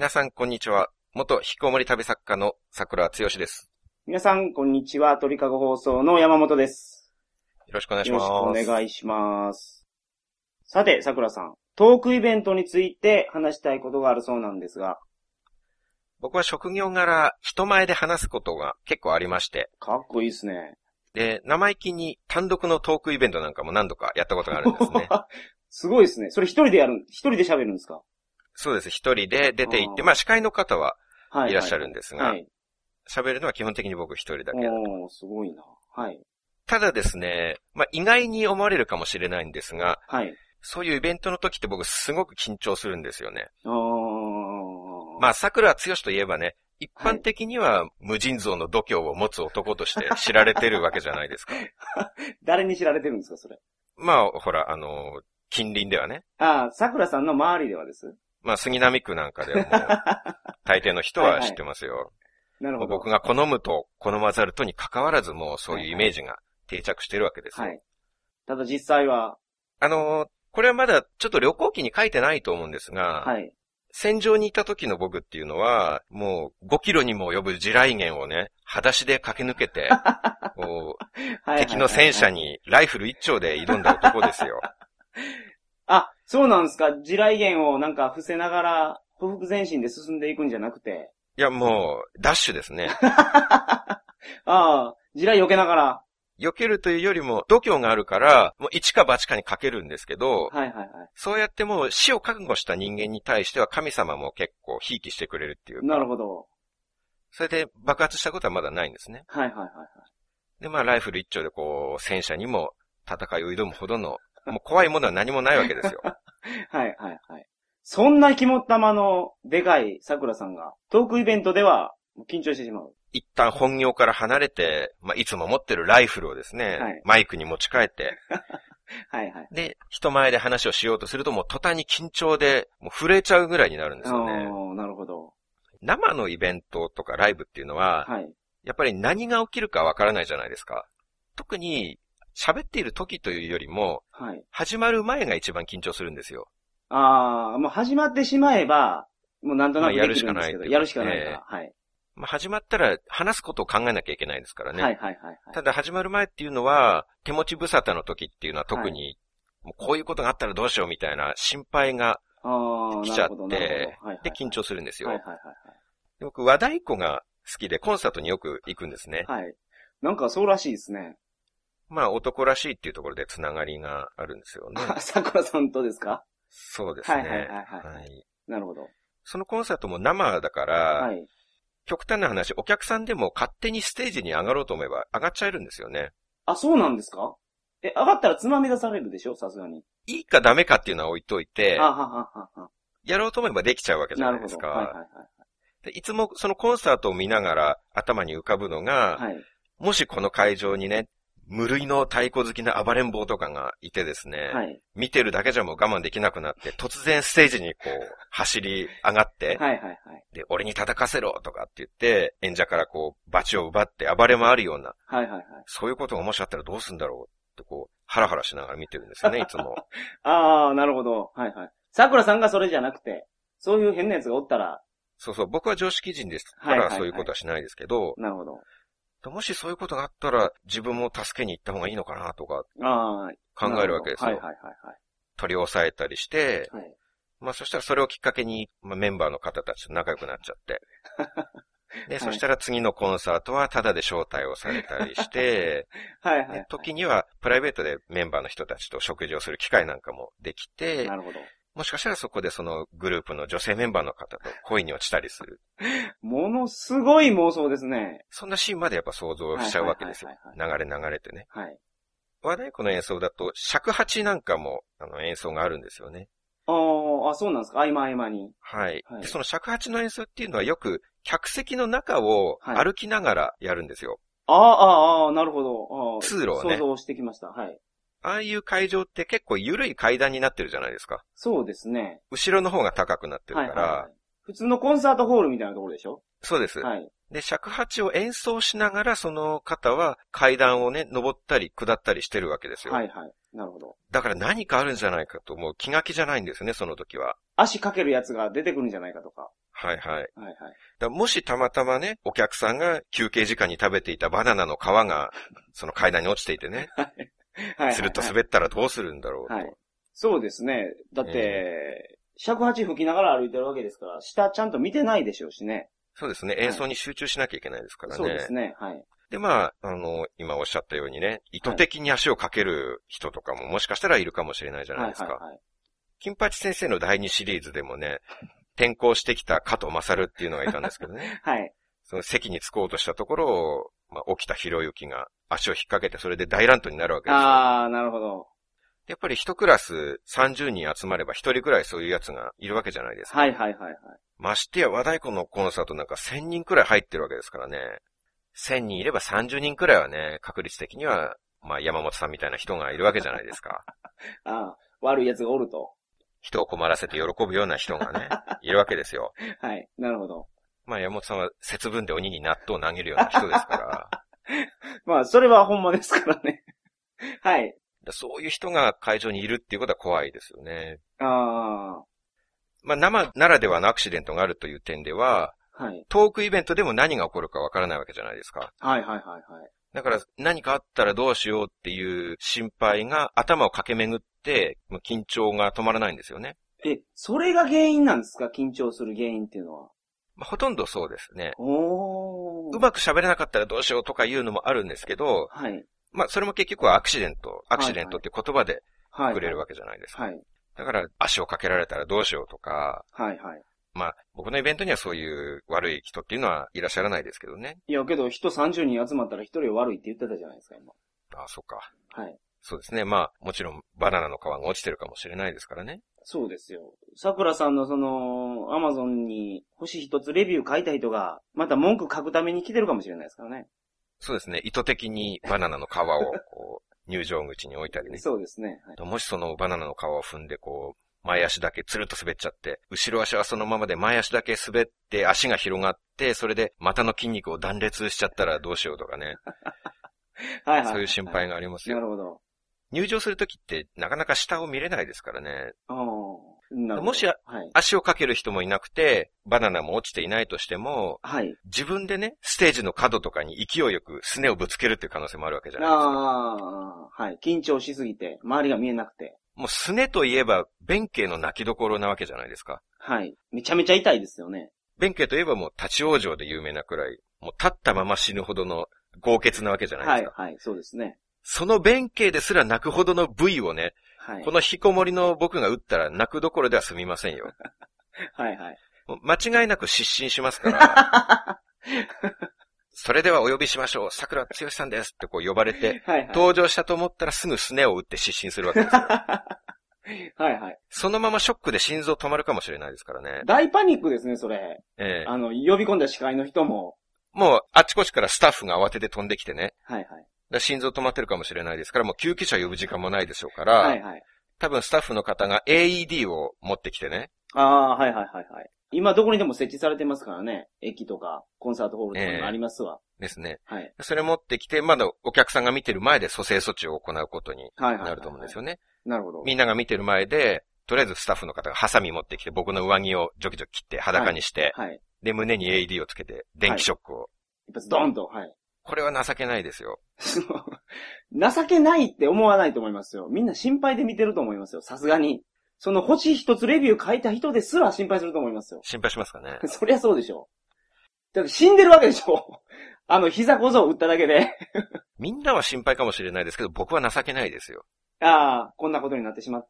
皆さんこんにちは。元引きこもり旅作家の桜剛です。 皆さんこんにちは。鳥かご放送の山本です。 よろしくお願いします。 よろしくお願いします。さて、桜さん、トークイベントについて話したいことがあるそうなんですが。 僕は職業柄人前で話すことが結構ありまして。 かっこいいですね。 で、生意気に単独のトークイベントなんかも何度かやったことがあるんですね。 すごいですね。それ一人で喋るんですか？ そうです。一人で出て行って、司会の方はいらっしゃるんですが、喋るのは基本的に僕一人だけだと。 すごいな。はい。 ただですね、意外に思われるかもしれないんですが、 はい。 そういうイベントの時って僕すごく緊張するんですよね。桜剛といえばね、一般的には無尽蔵の度胸を持つ男として知られてるわけじゃないですか。 誰に知られてるんですか、それ。 近隣ではね。 桜さんの周りではです。 杉並区なんかではもう、大抵の人は知ってますよ。 なるほど。 僕が好むと好まざるとに関わらずもうそういうイメージが定着してるわけですよ。 はい。ただ実際は。 これはまだちょっと旅行記に書いてないと思うんですが、 はい。 戦場にいた時の僕っていうのは、もう5キロにも及ぶ地雷原をね、裸足で駆け抜けて、敵の戦車にライフル一丁で挑んだ男ですよ。 そうなんですか。地雷原をなんか伏せながら、匍匐前進で進んでいくんじゃなくて。 いや、もう、ダッシュですね。 地雷避けながら。 避けるというよりも、度胸があるから、もう一か八かにかけるんですけど、そうやってもう死を覚悟した人間に対しては神様も結構ひいきしてくれるっていうか。 なるほど。 それで爆発したことはまだないんですね。で、ライフル一丁で戦車にも戦いを挑むほどの、もう怖いものは何もないわけですよ。 そんな肝っ玉のでかい桜さんが、トークイベントでは緊張してしまう。 一旦本業から離れて、いつも持ってるライフルをですね、マイクに持ち帰って、で、人前で話をしようとするともう途端に緊張で、もう震えちゃうぐらいになるんですよね。 なるほど。 生のイベントとかライブっていうのは、やっぱり何が起きるかわからないじゃないですか。特に、喋っている時というよりも、始まる前が一番緊張するんですよ。 もう始まってしまえば、もうなんとなくできるんですけど、やるしかないから。 始まったら話すことを考えなきゃいけないですからね。ただ始まる前っていうのは、手持ち無沙汰の時っていうのは特に、もうこういうことがあったらどうしようみたいな心配が来ちゃって、で緊張するんですよ。僕和太鼓が好きでコンサートによく行くんですね。 なんかそうらしいですね。 男らしいっていうところでつながりがあるんですよね。 桜さんとですか？ そうですね。 なるほど。 そのコンサートも生だから、極端な話、お客さんでも勝手にステージに上がろうと思えば上がっちゃえるんですよね。 そうなんですか？上がったらつまみ出されるでしょ？さすがに。 いいかダメかっていうのは置いといて、やろうと思えばできちゃうわけじゃないですか。いつもそのコンサートを見ながら頭に浮かぶのが、もしこの会場にね、無類の太鼓好きな暴れん坊とかがいてですね、見てるだけじゃもう我慢できなくなって、突然ステージに走り上がって、で、俺に叩かせろとかって言って、演者からバチを奪って暴れ回るような、そういうことがもしあったらどうするんだろうってハラハラしながら見てるんですよね、いつも。 なるほど。桜さんがそれじゃなくて、そういう変なやつがおったら。 僕は常識人ですからそういうことはしないですけど、 なるほど。 もしそういうことがあったら、自分も助けに行った方がいいのかなとか、考えるわけですよ。取り押さえたりして、そしたらそれをきっかけに、メンバーの方たちと仲良くなっちゃって。で、そしたら次のコンサートはタダで招待をされたりして、時にはプライベートでメンバーの人たちと食事をする機会なんかもできて、 なるほど。 もしかしたらそこでそのグループの女性メンバーの方と恋に落ちたりする。 ものすごい妄想ですね。 そんなシーンまでやっぱ想像しちゃうわけですよ。流れてね。和太鼓の演奏だと尺八なんかも演奏があるんですよね。 そうなんですか？合間に。 で、その尺八の演奏っていうのはよく客席の中を歩きながらやるんですよ。 なるほど。 通路をね。 想像してきました。 ああいう会場って結構緩い階段になってるじゃないですか。 そうですね。 後ろの方が高くなってるから。 普通のコンサートホールみたいなところでしょ？ そうです。で、尺八を演奏しながらその方は階段をね、登ったり下ったりしてるわけですよ。 なるほど。 だから何かあるんじゃないかと思う気が気じゃないんですね、その時は。 足かけるやつが出てくるんじゃないかとか。 はいはい。 はいはい。 もしたまたまね、お客さんが休憩時間に食べていたバナナの皮が、その階段に落ちていてね。はい。スルッと滑ったらどうするんだろうと。はい。 そうですね。だって、尺八吹きながら歩いてるわけですから、下ちゃんと見てないでしょうしね。 そうですね。演奏に集中しなきゃいけないですからね。 そうですね。はい。 で、まあ、今おっしゃったようにね、意図的に足をかける人とかももしかしたらいるかもしれないじゃないですか。はいはいはい。金八先生の第2シリーズでもね、転校してきた加藤勝っていうのがいたんですけどね。はい。その席に着こうとしたところを、まあ、起きたひろゆきが足を引っ掛けてそれで大乱闘になるわけですよ。 ああ、なるほど。 やっぱり一クラス30人集まれば一人くらいそういうやつがいるわけじゃないですか。 はいはいはいはい。 ましてや和太鼓のコンサートなんか1000人くらい入ってるわけですからね。1000人いれば30人くらいはね、確率的には、まあ山本さんみたいな人がいるわけじゃないですか。 ああ、悪い奴がおると。 人を困らせて喜ぶような人がね、いるわけですよ。 はい、なるほど。 まあ山本さんは節分で鬼に納豆を投げるような人ですから。 まあそれはほんまですからね。はい。 そういう人が会場にいるっていうことは怖いですよね。 ああ。 まあ生ならではのアクシデントがあるという点では、はい、トークイベントでも何が起こるかわからないわけじゃないですか。 はいはいはいはい。 だから何かあったらどうしようっていう心配が頭を駆け巡って緊張が止まらないんですよね。 それが原因なんですか？緊張する原因っていうのは。 まあ、ほとんどそうですね。うまく喋れなかったらどうしようとかいうのもあるんですけど、はい。まあそれも結局はアクシデントっていう言葉でくれるわけじゃないですか。はい。だから足をかけられたらどうしようとか、はいはい。まあ、僕のイベントにはそういう悪い人っていうのはいらっしゃらないですけどね。 いや、けど人30人集まったら1人悪いって言ってたじゃないですか、今。 ああ、そっか。はい。そうですね。まあ、もちろんバナナの皮が落ちてるかもしれないですからね。 そうですよ。桜さんのアマゾンに星一つレビュー書いた人が、また文句書くために来てるかもしれないですからね。 そうですね。意図的にバナナの皮を、入場口に置いたりね。 そうですね。 はい、もしそのバナナの皮を踏んで、前足だけつるっと滑っちゃって、後ろ足はそのままで前足だけ滑って足が広がって、それで股の筋肉を断裂しちゃったらどうしようとかね。はいはい。そういう心配がありますよ。 なるほど。 入場するときってなかなか下を見れないですからね。もし、足をかける人もいなくて、バナナも落ちていないとしても、はい、自分でね、ステージの角とかに勢いよくすねをぶつけるっていう可能性もあるわけじゃないですか。 はい。緊張しすぎて、周りが見えなくて。 もうすねといえば、弁慶の泣きどころなわけじゃないですか。 はい。めちゃめちゃ痛いですよね。 弁慶といえばもう立ち往生で有名なくらい、もう立ったまま死ぬほどの豪傑なわけじゃないですか。 はい、はい、そうですね。 その弁慶ですら泣くほどの部位をね、はい、この引きこもりの僕が打ったら泣くどころでは済みませんよ。はいはい。間違いなく失神しますから。それではお呼びしましょう。桜剛さんですって呼ばれて、はいはい、登場したと思ったらすぐすねを打って失神するわけですよ。はいはい。そのままショックで心臓止まるかもしれないですからね。 大パニックですね、それ。呼び込んだ司会の人も。 もう、あっちこっちからスタッフが慌てて飛んできてね。はいはい。心臓止まってるかもしれないですから、もう救急車呼ぶ時間もないでしょうから。はいはい。多分スタッフの方が AED を持ってきてね。 はいはいはいはい。今どこにでも設置されてますからね。駅とか、コンサートホールとかにもありますわ。 ですね。はい。それ持ってきて、まだお客さんが見てる前で蘇生措置を行うことになると思うんですよね。 なるほど。 みんなが見てる前で、とりあえずスタッフの方がハサミ持ってきて、僕の上着をジョキジョキ切って裸にして、はい。はい、で、胸に AED をつけて、電気ショックを。はい、 一発ドーンと、はい。 これは情けないですよ。 情けないって思わないと思いますよ。みんな心配で見てると思いますよ。さすがに。その星一つレビュー書いた人ですら心配すると思いますよ。 心配しますかね。 そりゃそうでしょ。だって死んでるわけでしょ。膝小僧打っただけで。 みんなは心配かもしれないですけど、僕は情けないですよ。 こんなことになってしまって。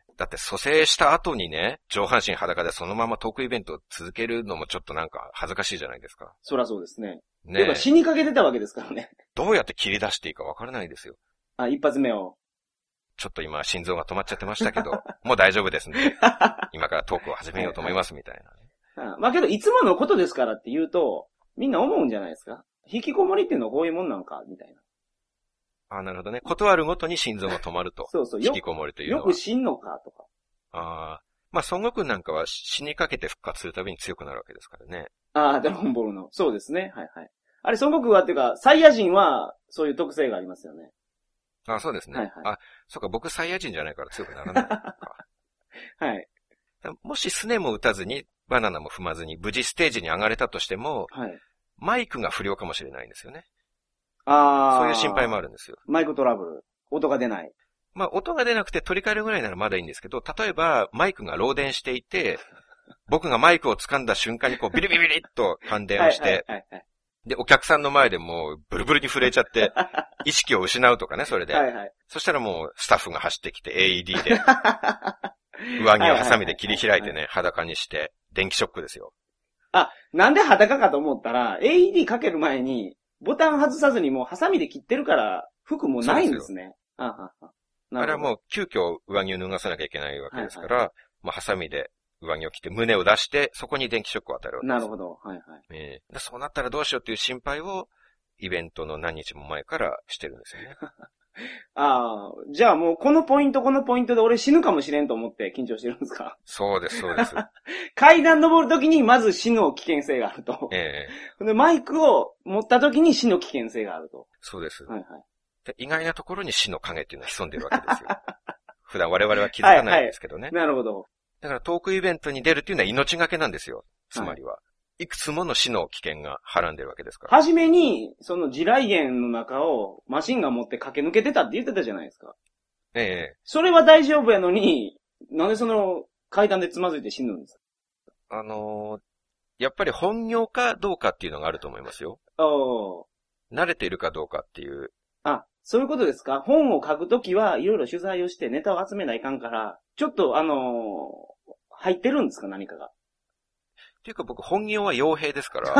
だって蘇生した後にね、上半身裸でそのままトークイベントを続けるのもちょっとなんか恥ずかしいじゃないですか。 そりゃそうですね。ねえ。死にかけてたわけですからね。 どうやって切り出していいかわからないですよ。 一発目を。 ちょっと今心臓が止まっちゃってましたけど、もう大丈夫ですね。今からトークを始めようと思いますみたいな、ね。まあけどいつものことですからって言うと、みんな思うんじゃないですか。引きこもりっていうのはこういうもんなんかみたいな。 なるほどね。断るごとに心臓が止まると。 そうそう。 引きこもりというのは。 よく死んのかとか。 まあ孫悟空なんかは死にかけて復活するたびに強くなるわけですからね。 ドラゴンボールの。そうですね。はいはい。あれ孫悟空はっていうか、サイヤ人はそういう特性がありますよね。 そうですね。はいはい、そうか、僕サイヤ人じゃないから強くならないか。はい。もしスネも打たずにバナナも踏まずに無事ステージに上がれたとしても、 はい。 マイクが不良かもしれないんですよね。 ああ。 そういう心配もあるんですよ。 マイクトラブル。音が出ない。 まあ、音が出なくて取り替えるぐらいならまだいいんですけど、例えばマイクが漏電していて、僕がマイクを掴んだ瞬間にこうビリビリビリっと感電をして、で、お客さんの前でもうブルブルに震えちゃって、意識を失うとかね、それで。はいはい。そしたらもうスタッフが走ってきて AED で、上着をハサミで切り開いてね、裸にして、電気ショックですよ。 あ、なんで裸かと思ったら、AED かける前に、ボタン外さずにもうハサミで切ってるから、服もないんですね。あれはもう急遽上着を脱がさなきゃいけないわけですから、もうハサミで上着を着て胸を出して、そこに電気ショックを与えるわけです。 なるほど。はいはい。 そうなったらどうしようっていう心配を、イベントの何日も前からしてるんですよね。 ああ、じゃあもうこのポイントで俺死ぬかもしれんと思って緊張してるんですか？ そうです、そうです。 階段登るときにまず死の危険性があると。で、マイクを持ったときに死の危険性があると。 そうです。 はいはい。 で意外なところに死の影っていうのは潜んでるわけですよ。普段我々は気づかないんですけどね。 はいはい、なるほど。 だからトークイベントに出るっていうのは命がけなんですよ。つまりは。いくつもの死の危険がはらんでるわけですから。 はじめに、その地雷原の中をマシンガン持って駆け抜けてたって言ってたじゃないですか。それは大丈夫やのに、なんでその階段でつまずいて死ぬんですか？ やっぱり本業かどうかっていうのがあると思いますよ。慣れているかどうかっていう。 あ、そういうことですか？本を書くときはいろいろ取材をしてネタを集めないかんから、ちょっと入ってるんですか？何かが。 っていうか僕本業は傭兵ですから。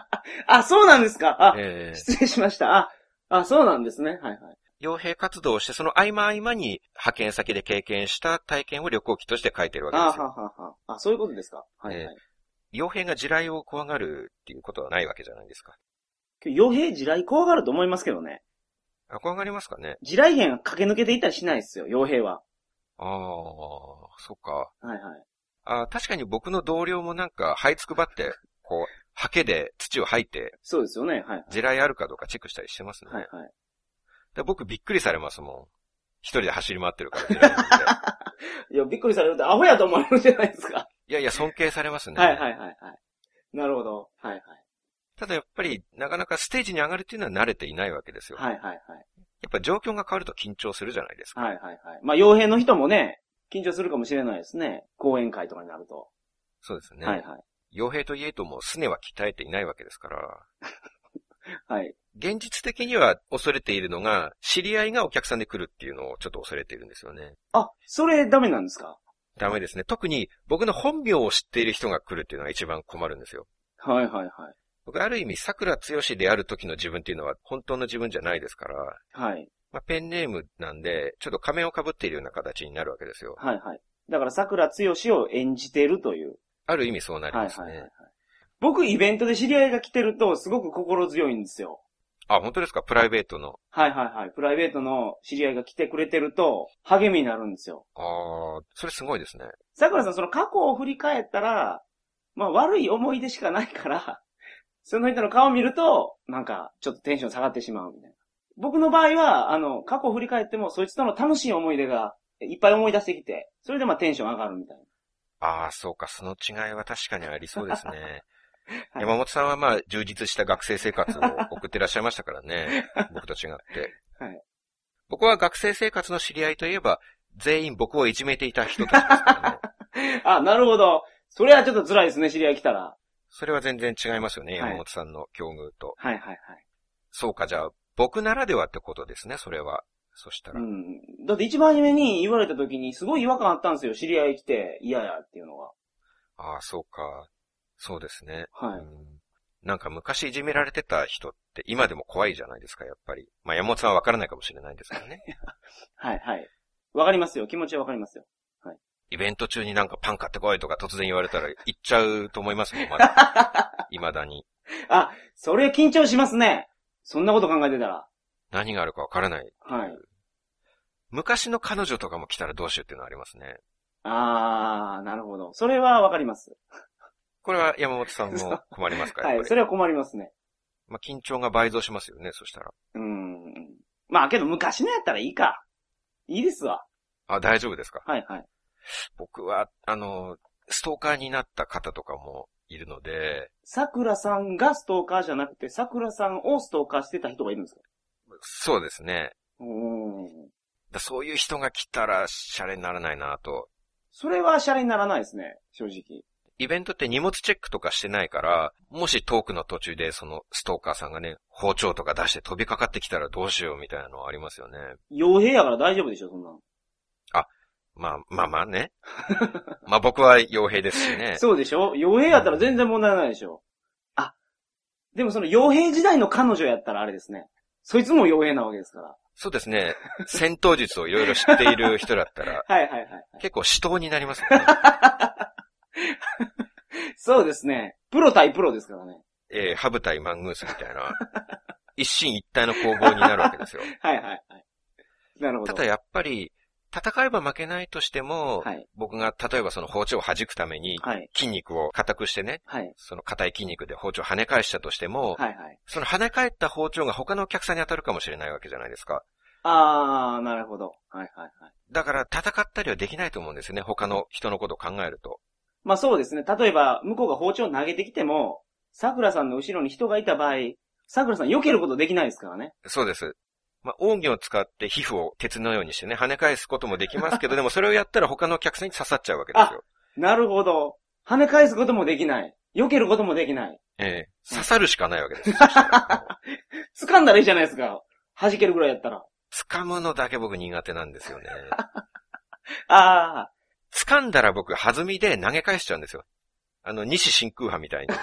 あ、そうなんですか？失礼しました。そうなんですね。はいはい。 傭兵活動をして、その合間合間に派遣先で経験した体験を旅行記として書いてるわけですよ。 そういうことですか。はいはい。 傭兵が地雷を怖がるっていうことはないわけじゃないですか。 傭兵地雷怖がると思いますけどね。 怖がりますかね。 地雷原駆け抜けていったりしないですよ、傭兵は。 そっか。 はいはい。 確かに僕の同僚もなんか、這いつくばって、こう、ハケで土を吐いて、 そうですよね、はい、はい。 地雷あるかどうかチェックしたりしてますね。はいはい。で僕びっくりされますもん。一人で走り回ってるから地雷なんで。 いや、びっくりされるってアホやと思われるじゃないですか。 いやいや、尊敬されますね。 はいはいはいはい。なるほど。はいはい。 ただやっぱり、なかなかステージに上がるっていうのは慣れていないわけですよ。 はいはいはい。 やっぱ状況が変わると緊張するじゃないですか。 はいはいはい。まあ、傭兵の人もね、緊張するかもしれないですね。講演会とかになると。 そうですね。 はいはい。 傭兵といえども、すねは鍛えていないわけですから。 はい。 現実的には恐れているのが、知り合いがお客さんで来るっていうのをちょっと恐れているんですよね。 それダメなんですか？ ダメですね。特に僕の本名を知っている人が来るっていうのが一番困るんですよ。 はいはいはい。 僕ある意味、桜剛である時の自分っていうのは本当の自分じゃないですから。 はい。 まあ、ペンネームなんで、ちょっと仮面を被っているような形になるわけですよ。 はいはい。だから桜剛を演じているという。 ある意味そうなりますね。はいはいはい。 僕イベントで知り合いが来てるとすごく心強いんですよ。 本当ですか？プライベートの。 はいはいはい。プライベートの知り合いが来てくれてると励みになるんですよ。 それすごいですね。 桜さんその過去を振り返ったら、まあ悪い思い出しかないから、その人の顔を見ると、なんかちょっとテンション下がってしまうみたいな。僕の場合は、過去を振り返ってもそいつとの楽しい思い出がいっぱい思い出してきて、それでまあテンション上がるみたいな。 そうか。その違いは確かにありそうですね。はい、山本さんはまあ充実した学生生活を送ってらっしゃいましたからね。僕と違って。はい、僕は学生生活の知り合いといえば、全員僕をいじめていた人たちですからね。 なるほど。それはちょっと辛いですね、知り合い来たら。 それは全然違いますよね、山本さんの境遇と。 はいはいはい。 そうか、じゃあ、僕ならではってことですね、それは。そしたら。 だって一番初めに言われた時にすごい違和感あったんですよ、知り合い来て嫌やっていうのが。 そうか。そうですね。 はい。 なんか昔いじめられてた人って今でも怖いじゃないですか、やっぱり。まあ山本さんはわからないかもしれないんですけどね。 はいはい。わかりますよ。気持ちはわかりますよ。はい。 イベント中になんかパン買ってこいとか突然言われたら行っちゃうと思いますもん、まだ。未だに。 それ緊張しますね。そんなこと考えてたら。 何があるかわからない。 はい。 昔の彼女とかも来たらどうしようっていうのはありますね。 なるほど。それはわかります。 これは山本さんも困りますか？ はい、それは困りますね。 まあ、緊張が倍増しますよね、そしたら。 まあ、けど昔のやったらいいか。いいですわ。 大丈夫ですか？ はいはい。 僕は、 ストーカーになった方とかもいるので。 桜さんがストーカーじゃなくて、桜さんをストーカーしてた人がいるんですか？ そうですね。そういう人が来たらシャレにならないなと。 それはシャレにならないですね、正直。 イベントって荷物チェックとかしてないから、もしトークの途中でそのストーカーさんがね、包丁とか出して飛びかかってきたらどうしようみたいなのはありますよね。 傭兵やから大丈夫でしょ、そんなの。 まあね。まあ僕は傭兵ですしね。 そうでしょ？傭兵やったら全然問題ないでしょ。でもその傭兵時代の彼女やったらあれですね。そいつも傭兵なわけですから。 そうですね。戦闘術をいろいろ知っている人だったら、 はい。 結構死闘になりますよね。 そうですね。プロ対プロですからね。 ハブ対マングースみたいな、一進一退の攻防になるわけですよ。 はい。なるほど。 ただやっぱり、戦えば負けないとしても、僕が例えばその包丁を弾くために、筋肉を硬くしてね、その硬い筋肉で包丁を跳ね返したとしても、その跳ね返った包丁が他のお客さんに当たるかもしれないわけじゃないですか。 なるほど。 だから戦ったりはできないと思うんですよね、他の人のことを考えると。 まあそうですね。例えば、向こうが包丁を投げてきても、桜さんの後ろに人がいた場合、桜さん避けることできないですからね。 そうです。まあ、奥義を使って皮膚を鉄のようにしてね、跳ね返すこともできますけど、でもそれをやったら他のお客さんに刺さっちゃうわけですよ。 なるほど。跳ね返すこともできない。避けることもできない。 刺さるしかないわけです。 掴んだらいいじゃないですか。弾けるぐらいやったら。 掴むのだけ僕苦手なんですよね。掴んだら僕弾みで投げ返しちゃうんですよ。西真空派みたいに。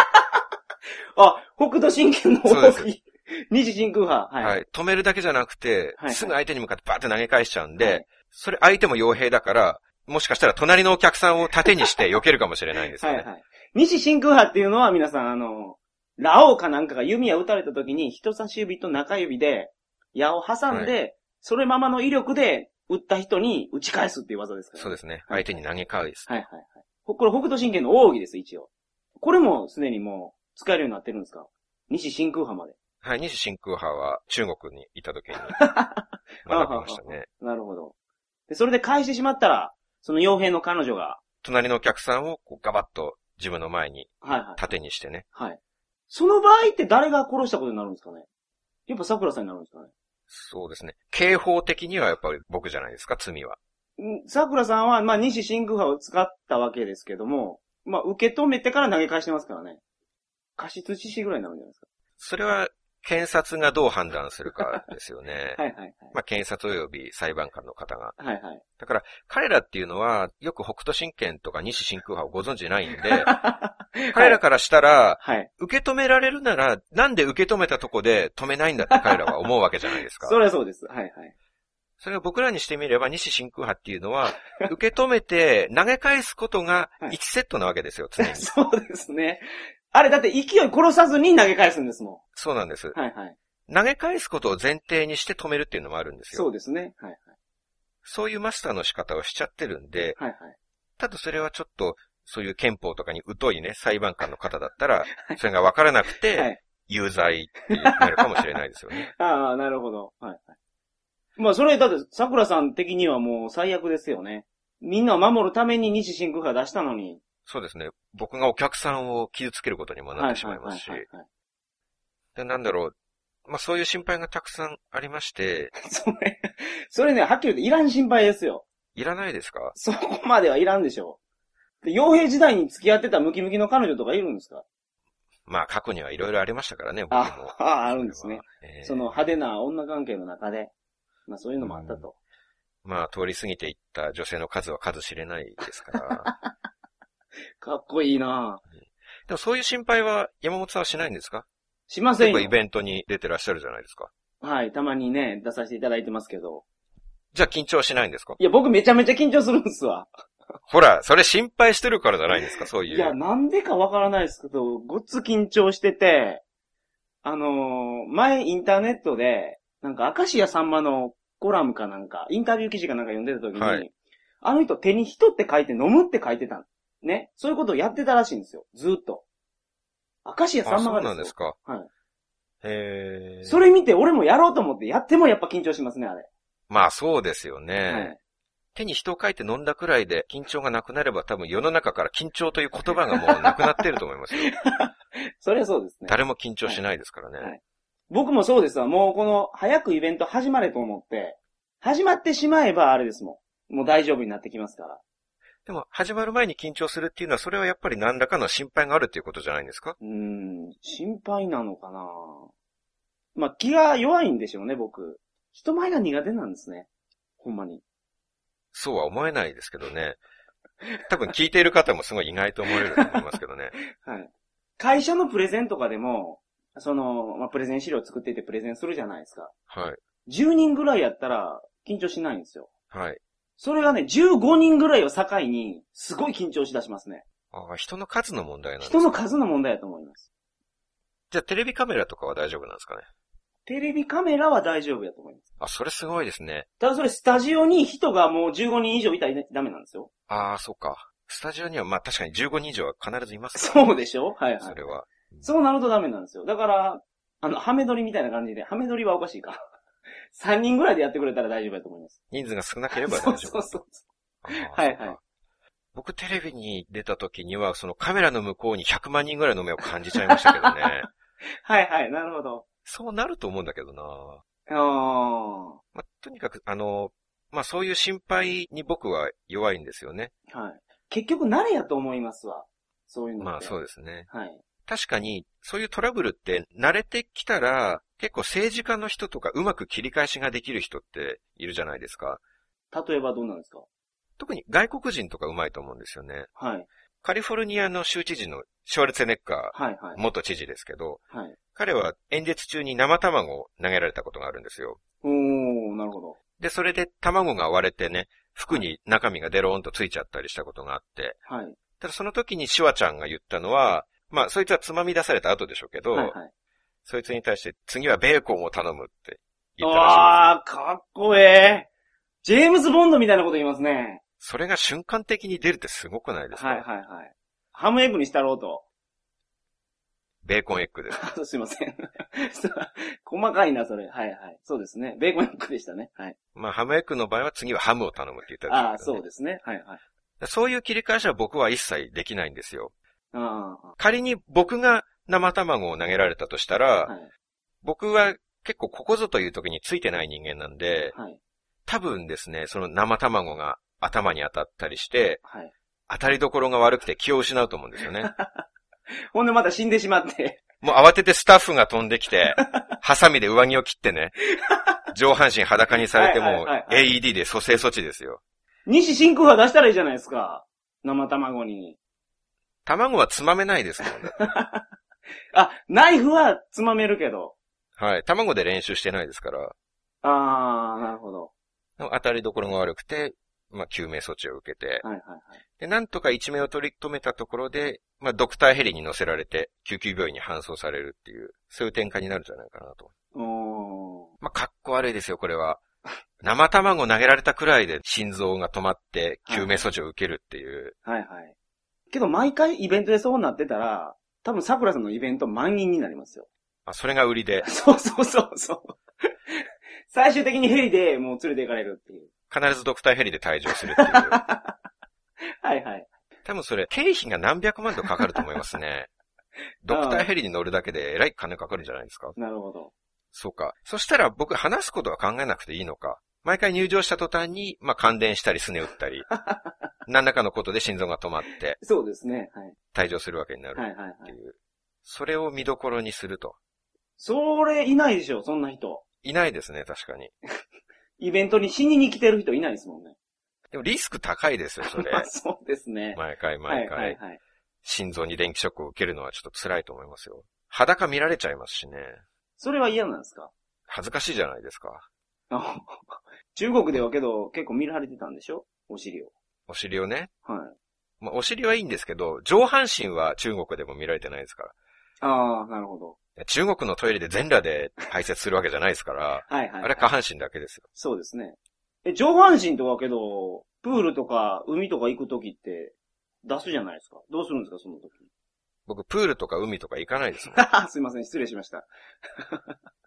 北斗神拳の大きい。西真空派。 はい。止めるだけじゃなくて、すぐ相手に向かってバーって投げ返しちゃうんで、それ相手も傭兵だから、もしかしたら隣のお客さんを盾にして避けるかもしれないんですよね。 西真空派っていうのは皆さん、ラオウかなんかが弓矢撃たれた時に人差し指と中指で矢を挟んで、それままの威力で撃った人に撃ち返すっていう技ですからね。 そうですね。相手に投げ返す。 これ北斗神拳の奥義です、一応。これもすでにもう使えるようになってるんですか？西真空派まで。 はい、西真空派は中国にいた時に学びましたね。 なるほど。で、それで返してしまったら、その傭兵の彼女が。 隣のお客さんをこうガバッと自分の前に盾にしてね。 その場合って誰が殺したことになるんですかね？やっぱ桜さんになるんですかね？ そうですね。刑法的にはやっぱり僕じゃないですか、罪は。 桜さんは、まあ、西真空派を使ったわけですけども、まあ、受け止めてから投げ返してますからね。過失致死ぐらいになるんじゃないですか。 それは、検察がどう判断するかですよね。まあ、検察及び裁判官の方が。だから、彼らっていうのは、よく北斗神拳とか西真空派をご存知ないんで、彼らからしたら、受け止められるなら、なんで受け止めたとこで止めないんだって彼らは思うわけじゃないですか。 それはそうです。 それが僕らにしてみれば、西真空派っていうのは、受け止めて投げ返すことが1セットなわけですよ、常に。 そうですね。あれだって勢い殺さずに投げ返すんですもん。 そうなんです。投げ返すことを前提にして止めるっていうのもあるんですよ。 そうですね。 そういうマスターの仕方をしちゃってるんで、ただそれはちょっと、そういう憲法とかに疎いね、裁判官の方だったら、それが分からなくて、有罪ってなるかもしれないですよね。 なるほど。まあそれだって桜さん的にはもう最悪ですよね。みんなを守るために西真空派出したのに。 そうですね。僕がお客さんを傷つけることにもなってしまいますし。で、なんだろう。まあそういう心配がたくさんありまして。 それね、はっきり言っていらん心配ですよ。 いらないですか？ そこまではいらんでしょう。で、傭兵時代に付き合ってたムキムキの彼女とかいるんですか？ まあ過去にはいろいろありましたからね、僕も。 あるんですね。その派手な女関係の中で。まあそういうのもあったと。 まあ通り過ぎていった女性の数は数知れないですから。 かっこいいなぁ。 でもそういう心配は山本さんはしないんですか？ しませんよ。 イベントに出てらっしゃるじゃないですか。 はい、たまにね、出させていただいてますけど。 じゃあ緊張はしないんですか？ いや、僕めちゃめちゃ緊張するんですわ。 ほら、それ心配してるからじゃないですか、そういう。 いや、なんでかわからないですけど、ごっつ緊張してて、前インターネットで、なんか明石家さんまのコラムかなんか、インタビュー記事かなんか読んでた時に、あの人手に人って書いて飲むって書いてたね。そういうことをやってたらしいんですよ。ずーっと。明石家さんまがですよ。そうなんですか。それ見て俺もやろうと思ってやってもやっぱ緊張しますね、あれ。 まあそうですよね。 手に人を書いて飲んだくらいで緊張がなくなれば多分世の中から緊張という言葉がもうなくなっていると思いますよ。 それはそうですね。 誰も緊張しないですからね。 はいはい、僕もそうですわ。もうこの早くイベント始まれと思って、始まってしまえばあれですもん。もう大丈夫になってきますから。 でも始まる前に緊張するっていうのはそれはやっぱり何らかの心配があるっていうことじゃないんですか？ 心配なのかな。まあ気が弱いんでしょうね、僕。人前が苦手なんですね。ほんまに。 そうは思えないですけどね。多分聞いている方もすごい意外と思われると思いますけどね。 はい。会社のプレゼンとかでも、プレゼン資料を作っていてプレゼンするじゃないですか。 はい。 10人ぐらいやったら緊張しないんですよ。 はい。 それがね、15人ぐらいを境に、すごい緊張しだしますね。 ああ、人の数の問題なんですか？ 人の数の問題だと思います。 じゃあテレビカメラとかは大丈夫なんですかね？ テレビカメラは大丈夫だと思います。 あ、それすごいですね。 ただそれスタジオに人がもう15人以上いたらダメなんですよ。 ああ、そうか。スタジオにはまあ確かに15人以上は必ずいますから、ね。そうでしょ？はいはい。 それは。 そうなるとダメなんですよ。だから、ハメ撮りみたいな感じで、ハメ撮りはおかしいか。3人ぐらいでやってくれたら大丈夫だと思います。 人数が少なければ大丈夫。 そう。はいはい。 僕テレビに出た時には、そのカメラの向こうに100万人ぐらいの目を感じちゃいましたけどね。 はいはい、なるほど。 そうなると思うんだけどな。とにかく、そういう心配に僕は弱いんですよね。 はい。結局慣れやと思いますわ。そういうのって。 まあそうですね。 はい。 確かに、そういうトラブルって慣れてきたら、結構政治家の人とかうまく切り返しができる人っているじゃないですか。 例えばどうなんですか？ 特に外国人とかうまいと思うんですよね。 はい。 カリフォルニアの州知事のシュワルツェネッガー、元知事ですけど、 はい。 彼は演説中に生卵を投げられたことがあるんですよ。 なるほど。 で、それで卵が割れてね、服に中身がデローンとついちゃったりしたことがあって、 はい。 ただその時にシュワちゃんが言ったのは、まあ、そいつはつまみ出された後でしょうけど、そいつに対して次はベーコンを頼むって言ったらしいです。 ああ、かっこええ。ジェームズ・ボンドみたいなこと言いますね。 それが瞬間的に出るってすごくないですか？ はい。ハムエッグにしたろうと。 ベーコンエッグです。 すいません。細かいな、それ。はい。そうですね。ベーコンエッグでしたね。はい。 まあ、ハムエッグの場合は次はハムを頼むって言ったらしいです、ね。 そうですね。はい。 そういう切り返しは僕は一切できないんですよ。仮に僕が生卵を投げられたとしたら、僕は結構ここぞという時についてない人間なんで、多分ですね、その生卵が頭に当たったりして、当たりどころが悪くて気を失うと思うんですよね。 ほんでまた死んでしまって。 もう慌ててスタッフが飛んできて、ハサミで上着を切ってね、上半身裸にされても AED で蘇生措置ですよ。 西真空派出したらいいじゃないですか。生卵に。 卵はつまめないですもんね。 ナイフはつまめるけど。 はい。卵で練習してないですから。 なるほど。 当たりどころが悪くて、まあ、救命措置を受けて。で、なんとか一命を取り留めたところで、まあ、ドクターヘリに乗せられて、救急病院に搬送されるっていう、そういう展開になるんじゃないかなと。まあ、かっこ悪いですよ、これは。生卵投げられたくらいで心臓が止まって、救命措置を受けるっていう。 けど、毎回イベントでそうなってたら、多分桜さんのイベント満員になりますよ。 それが売りで。 そう。最終的にヘリでもう連れて行かれるっていう。 必ずドクターヘリで退場するっていう。 はい。 多分それ、経費が何百万とかかると思いますね。ドクターヘリに乗るだけでえらい金かかるんじゃないですか。 なるほど。 そうか。そしたら僕話すことは考えなくていいのか。毎回入場した途端に、まあ、感電したりすね打ったり、何らかのことで心臓が止まって。 そうですね。 退場するわけになるっていう。それを見どころにすると。 それいないでしょ、そんな人。 いないですね、確かに。 イベントに死にに来てる人いないですもんね。 でもリスク高いですよ、それ。 そうですね。 毎回。心臓に電気ショックを受けるのはちょっと辛いと思いますよ。裸見られちゃいますしね。 それは嫌なんですか？ 恥ずかしいじゃないですか。 中国ではけど結構見られてたんでしょ？お尻を。 お尻をね。まあ、お尻はいいんですけど、上半身は中国でも見られてないですから。 なるほど。 中国のトイレで全裸で排泄するわけじゃないですから。あれ下半身だけですよ。 そうですね。上半身とかけど、プールとか海とか行くときって出すじゃないですか。どうするんですか、その時。 僕、プールとか海とか行かないですもん。 すいません、失礼しました。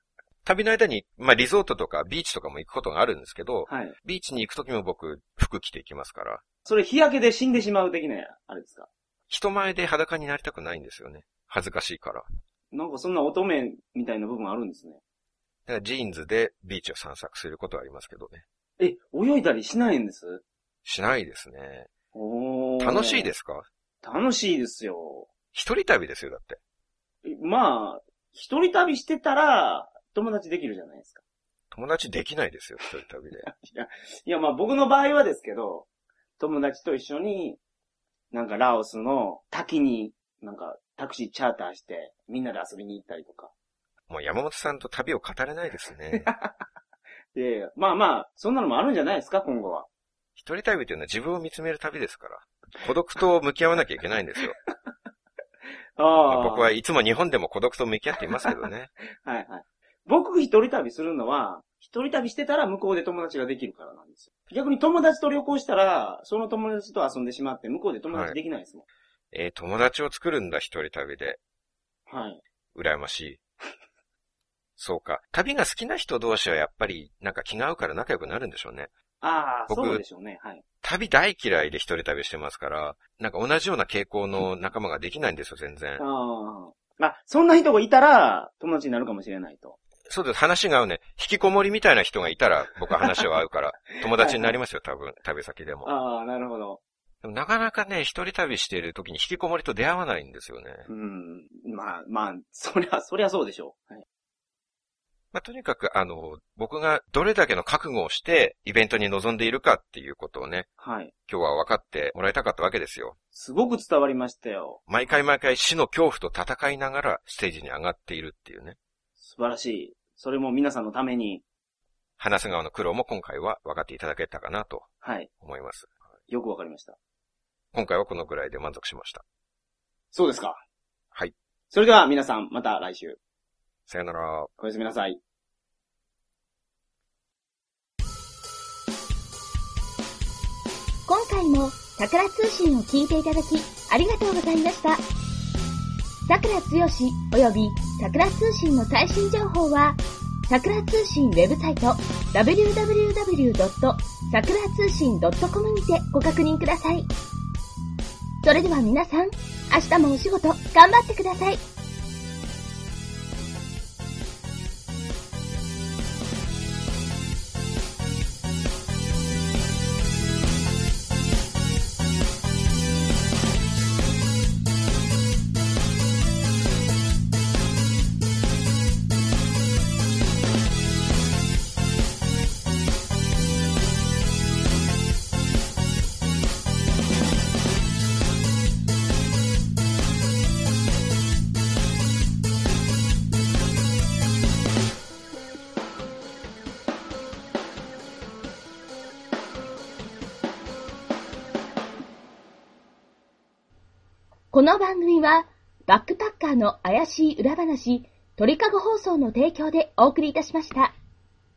旅の間に、リゾートとかビーチとかも行くことがあるんですけど、はい、ビーチに行くときも僕、服着て行きますから。 それ日焼けで死んでしまう的な、あれですか？ 人前で裸になりたくないんですよね。恥ずかしいから。 なんかそんな乙女みたいな部分あるんですね。 だからジーンズでビーチを散策することはありますけどね。 泳いだりしないんです？ しないですね。楽しいですか？ 楽しいですよ。 一人旅ですよ、だって。 一人旅してたら、友達できるじゃないですか。 友達できないですよ、一人旅で。 いや、僕の場合はですけど、友達と一緒に、なんかラオスの滝に、なんかタクシーチャーターして、みんなで遊びに行ったりとか。 もう山本さんと旅を語れないですね。 いやいや、そんなのもあるんじゃないですか、今後は。 一人旅というのは自分を見つめる旅ですから。孤独と向き合わなきゃいけないんですよ。僕はいつも日本でも孤独と向き合っていますけどね。 はいはい。僕一人旅するのは、一人旅してたら向こうで友達ができるからなんですよ。逆に友達と旅行したら、その友達と遊んでしまって向こうで友達できないですもん。 はい、友達を作るんだ、一人旅で。 はい。 羨ましい。そうか。旅が好きな人同士はやっぱりなんか気が合うから仲良くなるんでしょうね。 そうでしょうね。はい。 旅大嫌いで一人旅してますから、なんか同じような傾向の仲間ができないんですよ、全然。 そんな人がいたら友達になるかもしれないと。 そうです。話が合うね。引きこもりみたいな人がいたら僕は話は合うから、友達になりますよ、多分、旅先でも。 なるほど。 でもなかなかね、一人旅している時に引きこもりと出会わないんですよね。 そりゃそうでしょう。はい。 とにかく、僕がどれだけの覚悟をして、イベントに臨んでいるかっていうことをね、はい。今日は分かってもらいたかったわけですよ。 すごく伝わりましたよ。 毎回死の恐怖と戦いながらステージに上がっているっていうね。 素晴らしい。それも皆さんのために。 花瀬川の苦労も今回は分かっていただけたかなと。はい。思います。 よく分かりました。 今回はこのぐらいで満足しました。 そうですか。 はい。 それでは皆さん、また来週。 さよなら。 おやすみなさい。 今回も桜通信を聞いていただきありがとうございました。桜つよし及び桜通信の最新情報は桜通信ウェブサイト www.sakuratsushin.com にてご確認ください。それでは皆さん、明日もお仕事頑張ってください。この番組はバックパッカーの怪しい裏話、鳥かご放送の提供でお送りいたしました。